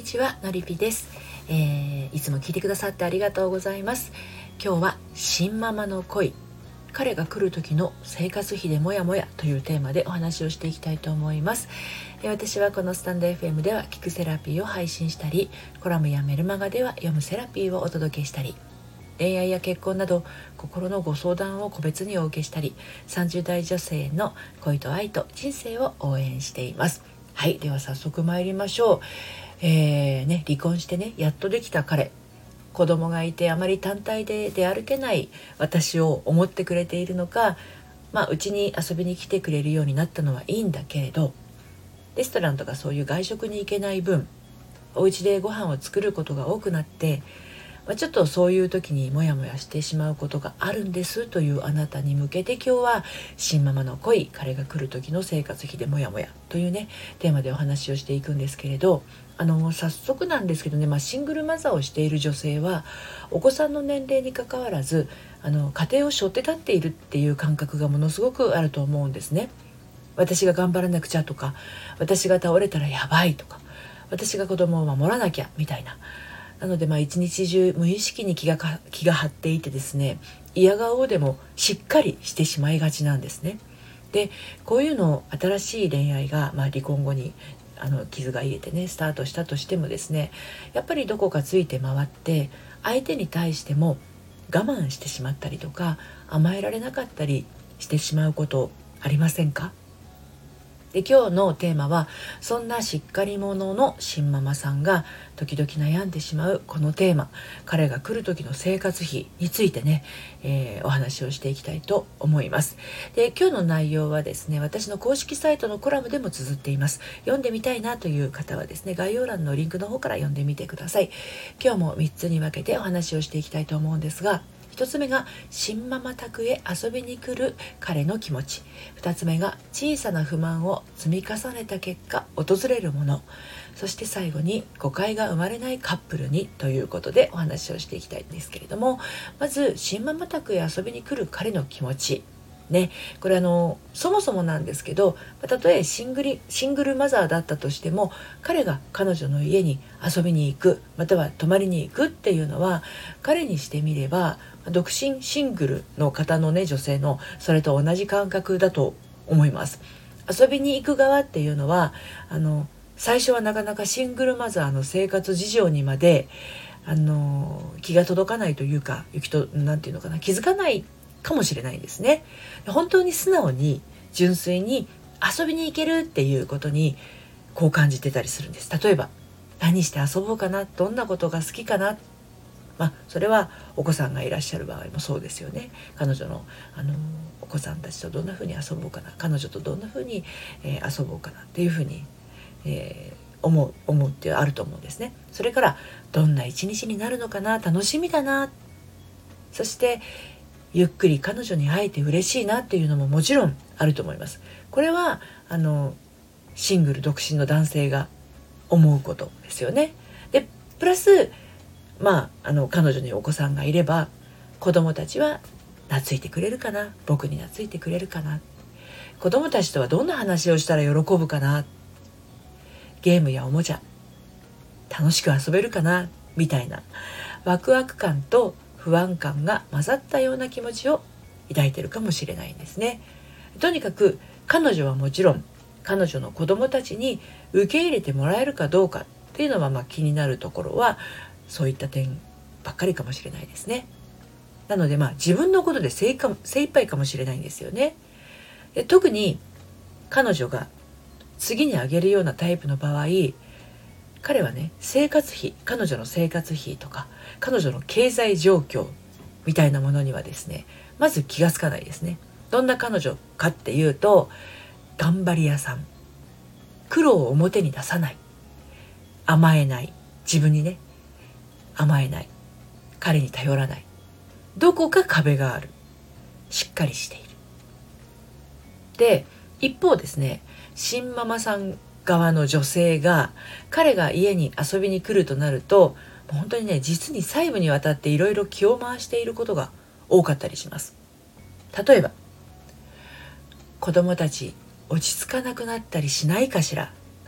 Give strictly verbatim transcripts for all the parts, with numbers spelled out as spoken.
ちは、のりぴです、えー、いつも聞いてくださってありがとうございます。今日は新ママの恋、彼が来る時の生活費でモヤモヤというテーマでお話をしていきたいと思います。えー、私はこのスタンド エフエム では聞くセラピーを配信したり、コラムやメルマガでは読むセラピーをお届けしたり、恋愛や結婚など心のご相談を個別にお受けしたり、さんじゅう代女性の恋と愛と人生を応援しています。はい、では早速参りましょう。えーね、離婚してね、やっとできた彼、子供がいてあまり単体で出歩けない私を思ってくれているのか、まあうちに遊びに来てくれるようになったのはいいんだけれど、レストランとかそういう外食に行けない分、お家でご飯を作ることが多くなって、まあ、ちょっとそういう時にモヤモヤしてしまうことがあるんですというあなたに向けて、今日は新ママの恋、彼が来る時の生活費でモヤモヤというねテーマでお話をしていくんですけれど、あの早速なんですけどね、まあ、シングルマザーをしている女性はお子さんの年齢にかかわらず、あの家庭を背負って立っているっていう感覚がものすごくあると思うんですね。私が頑張らなくちゃとか、私が倒れたらやばいとか、私が子供を守らなきゃみたいな。なのでまあ一日中無意識に気がか気が張っていてですね、嫌顔でもしっかりしてしまいがちなんですね。でこういうの新しい恋愛が、まあ、離婚後にあの傷が癒えてねスタートしたとしてもですね、やっぱりどこかついて回って相手に対しても我慢してしまったりとか、甘えられなかったりしてしまうことありませんか？で今日のテーマは、そんなしっかり者の新ママさんが時々悩んでしまうこのテーマ、彼が来る時の生活費についてね、えー、お話をしていきたいと思います。で今日の内容はですね、私の公式サイトのコラムでも綴っています。読んでみたいなという方はですね、概要欄のリンクの方から読んでみてください。今日もみっつに分けてお話をしていきたいと思うんですが、ひとつめが新ママ宅へ遊びに来る彼の気持ち、ふたつめが小さな不満を積み重ねた結果訪れるもの、そして最後に誤解が生まれないカップルにということでお話をしていきたいんですけれども、まず新ママ宅へ遊びに来る彼の気持ちね、これあのそもそもなんですけど、たとえシングル、シングルマザーだったとしても、彼が彼女の家に遊びに行く、または泊まりに行くっていうのは、彼にしてみれば独身シングルの方のね、女性のそれと同じ感覚だと思います。遊びに行く側っていうのは、あの最初はなかなかシングルマザーの生活事情にまであの気が届かないというか、行きとなんていうのかな、気づかないかもしれないんですね。本当に素直に純粋に遊びに行けるっていうことにこう感じてたりするんです。例えば何して遊ぼうかな、どんなことが好きかな、まあ、それはお子さんがいらっしゃる場合もそうですよね。彼女の、あのお子さんたちとどんな風に遊ぼうかな、彼女とどんな風に、えー、遊ぼうかなっていう風に、えー、思う思うっていうあると思うんですね。それからどんな一日になるのかな、楽しみだな、そしてゆっくり彼女に会えて嬉しいなっていうのももちろんあると思います。これはあのシングル独身の男性が思うことですよね。でプラスまあ、あの彼女にお子さんがいれば、子供たちは懐いてくれるかな、僕に懐いてくれるかな、子供たちとはどんな話をしたら喜ぶかな、ゲームやおもちゃ楽しく遊べるかなみたいなワクワク感と不安感が混ざったような気持ちを抱いているかもしれないんですね。とにかく彼女はもちろん彼女の子供たちに受け入れてもらえるかどうかっていうのは、まあ気になるところはそういった点ばっかりかもしれないですね。なのでまあ自分のことで精か精一杯かもしれないんですよね。で特に彼女が次に挙げるようなタイプの場合、彼はね、生活費、彼女の生活費とか彼女の経済状況みたいなものにはですね、まず気がつかないですね。どんな彼女かっていうと、頑張り屋さん、苦労を表に出さない、甘えない、自分にね甘えない、彼に頼らない、どこか壁がある、しっかりしている。で一方ですね、新ママさん側の女性が彼が家に遊びに来るとなると、本当にね、実に細部にわたっていろいろ気を回していることが多かったりします。例えば、子供たち落ち着かなくなったりしないかしらと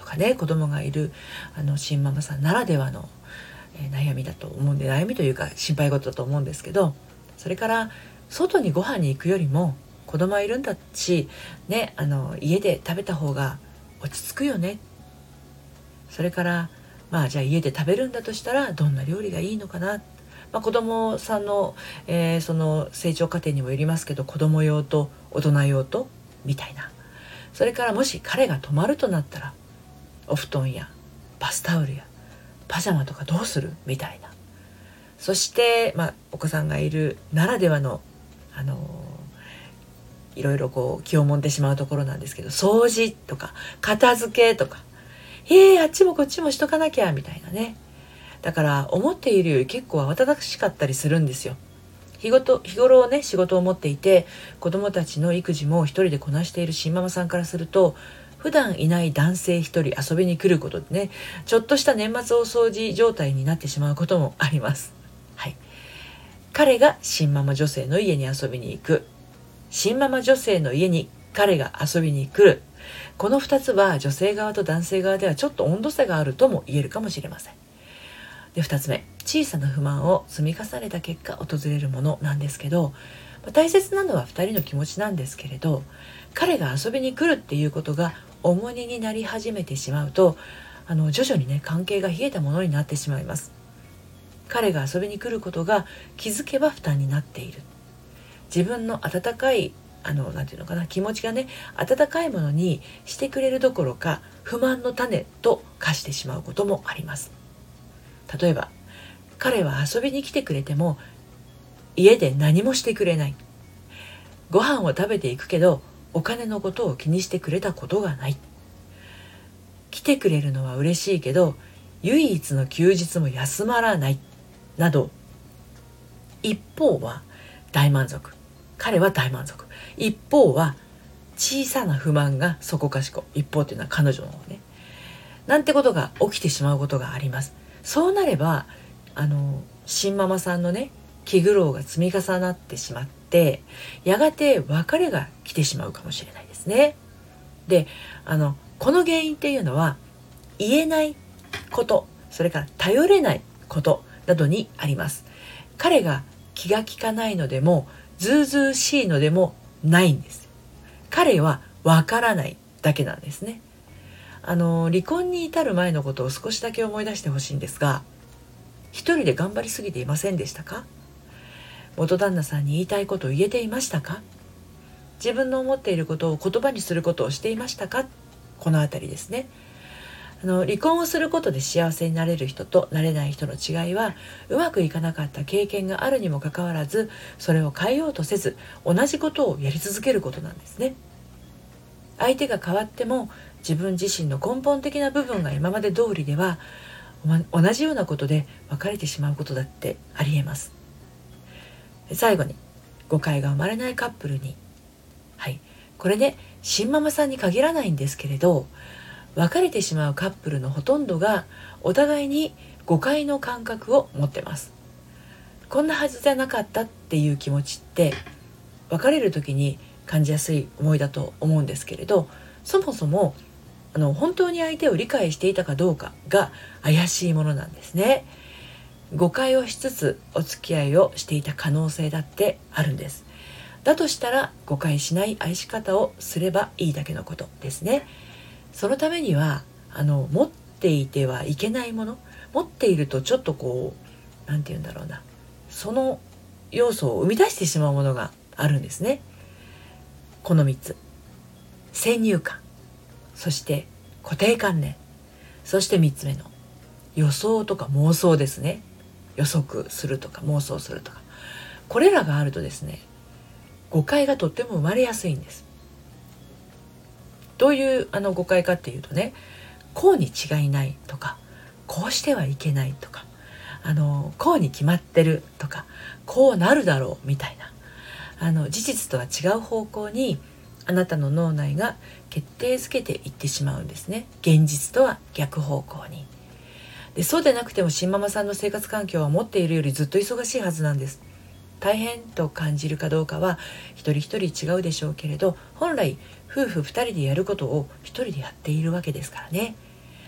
とかね、子供がいるあの新ママさんならではの、えー、悩みだと思うんで、悩みというか心配事だと思うんですけど、それから外にご飯に行くよりも子供はいるんだし、ね、あの家で食べた方が落ち着くよね。それからまあじゃあ家で食べるんだとしたらどんな料理がいいのかな。まあ、子供さんの、えー、その成長過程にもよりますけど、子供用と大人用とみたいな。それからもし彼が泊まるとなったらお布団やバスタオルやパジャマとかどうするみたいな。そして、まあ、お子さんがいるならではの、あのー、いろいろこう気をもんでしまうところなんですけど、掃除とか片付けとか、えー、あっちもこっちもしとかなきゃみたいなね。だから思っているより結構慌ただしかったりするんですよ。日ごと日頃ね仕事を持っていて子どもたちの育児も一人でこなしている新ママさんからすると、普段いない男性一人遊びに来ることでね、ちょっとした年末大掃除状態になってしまうこともあります。はい、彼が新ママ女性の家に遊びに行く、新ママ女性の家に彼が遊びに来る、このふたつは女性側と男性側ではちょっと温度差があるとも言えるかもしれません。でふたつめ、小さな不満を積み重ねた結果訪れるものなんですけど、大切なのはふたりの気持ちなんですけれど、彼が遊びに来るっていうことが重荷になり始めてしまうと、あの徐々にね関係が冷えたものになってしまいます。彼が遊びに来ることが気づけば負担になっている、自分の温かいあのなんていうのかな、気持ちがね温かいものにしてくれるどころか不満の種と化してしまうこともあります。例えば彼は遊びに来てくれても家で何もしてくれない、ご飯を食べていくけどお金のことを気にしてくれたことがない、来てくれるのは嬉しいけど唯一の休日も休まらないなど、一方は大満足、彼は大満足、一方は小さな不満がそこかしこ、一方というのは彼女の方ね、なんてことが起きてしまうことがあります。そうなればあの新ママさんのね気苦労が積み重なってしまって、やがて別れが来てしまうかもしれないですね。であのこの原因っていうのは言えないこと、それから頼れないことなどにあります。彼が気が利かないのでもずうずうしいのでもないんです。彼はわからないだけなんですね。あの離婚に至る前のことを少しだけ思い出してほしいんですが、一人で頑張りすぎていませんでしたか？元旦那さんに言いたいことを言えていましたか？自分の思っていることを言葉にすることをしていましたか？このあたりですね。あの離婚をすることで幸せになれる人となれない人の違いは、うまくいかなかった経験があるにもかかわらずそれを変えようとせず同じことをやり続けることなんですね。相手が変わっても自分自身の根本的な部分が今まで通りでは、同じようなことで別れてしまうことだってありえます。最後に誤解が生まれないカップルに、はいこれね新ママさんに限らないんですけれど、別れてしまうカップルのほとんどがお互いに誤解の感覚を持ってます。こんなはずじゃなかったっていう気持ちって別れる時に感じやすい思いだと思うんですけれど、そもそもあの本当に相手を理解していたかどうかが怪しいものなんですね。誤解をしつつお付き合いをしていた可能性だってあるんです。だとしたら誤解しない愛し方をすればいいだけのことですね。そのためにはあの持っていてはいけないもの、持っているとちょっとこうなんて言うんだろうな、その要素を生み出してしまうものがあるんですね。このみっつ、先入観、そして固定観念、そしてみっつめの予想とか妄想ですね。予測するとか妄想するとか、これらがあるとですね誤解がとっても生まれやすいんです。どういうあの誤解かっていうとね、こうに違いないとか、こうしてはいけないとか、あのこうに決まってるとか、こうなるだろうみたいな、あの事実とは違う方向にあなたの脳内が決定づけていってしまうんですね。現実とは逆方向に。でそうでなくても新ママさんの生活環境は思っているよりずっと忙しいはずなんです。大変と感じるかどうかは一人一人違うでしょうけれど、本来夫婦二人でやることを一人でやっているわけですからね。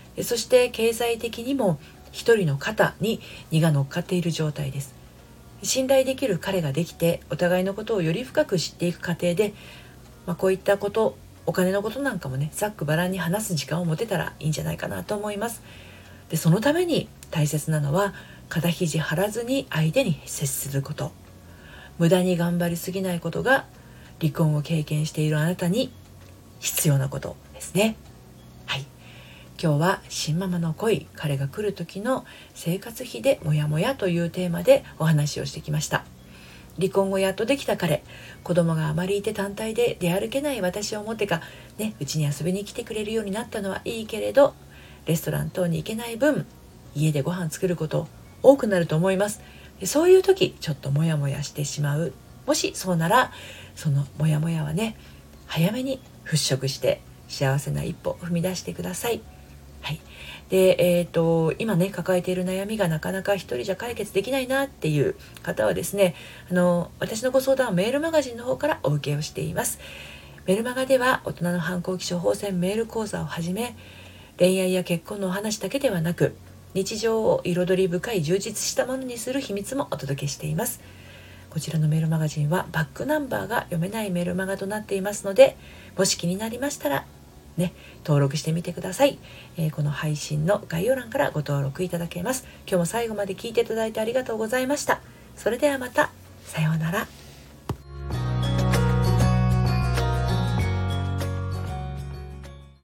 そして経済的にも一人の肩に荷が乗っかっている状態です。信頼できる彼ができて、お互いのことをより深く知っていく過程で、まあ、こういったこと、お金のことなんかもね、ざっくばらんに話す時間を持てたらいいんじゃないかなと思います。でそのために大切なのは、肩肘張らずに相手に接すること、無駄に頑張りすぎないことが離婚を経験しているあなたに必要なことですね。はい、今日は新ママの恋、彼が来る時の生活費でモヤモヤというテーマでお話をしてきました。離婚後やっとできた彼、子供があまりいて単体で出歩けない私を思ってかね、うちに遊びに来てくれるようになったのはいいけれど、レストラン等に行けない分、家でご飯作ること多くなると思います。そういう時ちょっとモヤモヤしてしまう。もしそうなら、そのモヤモヤはね、早めに払拭して幸せな一歩踏み出してください。はい、で、えーと、今ね抱えている悩みがなかなか一人じゃ解決できないなっていう方はですね、あの私のご相談はメールマガジンの方からお受けをしています。メルマガでは大人の反抗期処方箋メール講座をはじめ、恋愛や結婚のお話だけではなく、日常を彩り深い充実したものにする秘密もお届けしています。こちらのメールマガジンはバックナンバーが読めないメールマガとなっていますので、もし気になりましたらね、登録してみてください。えー、この配信の概要欄からご登録いただけます。今日も最後まで聞いていただいてありがとうございました。それではまた。さようなら。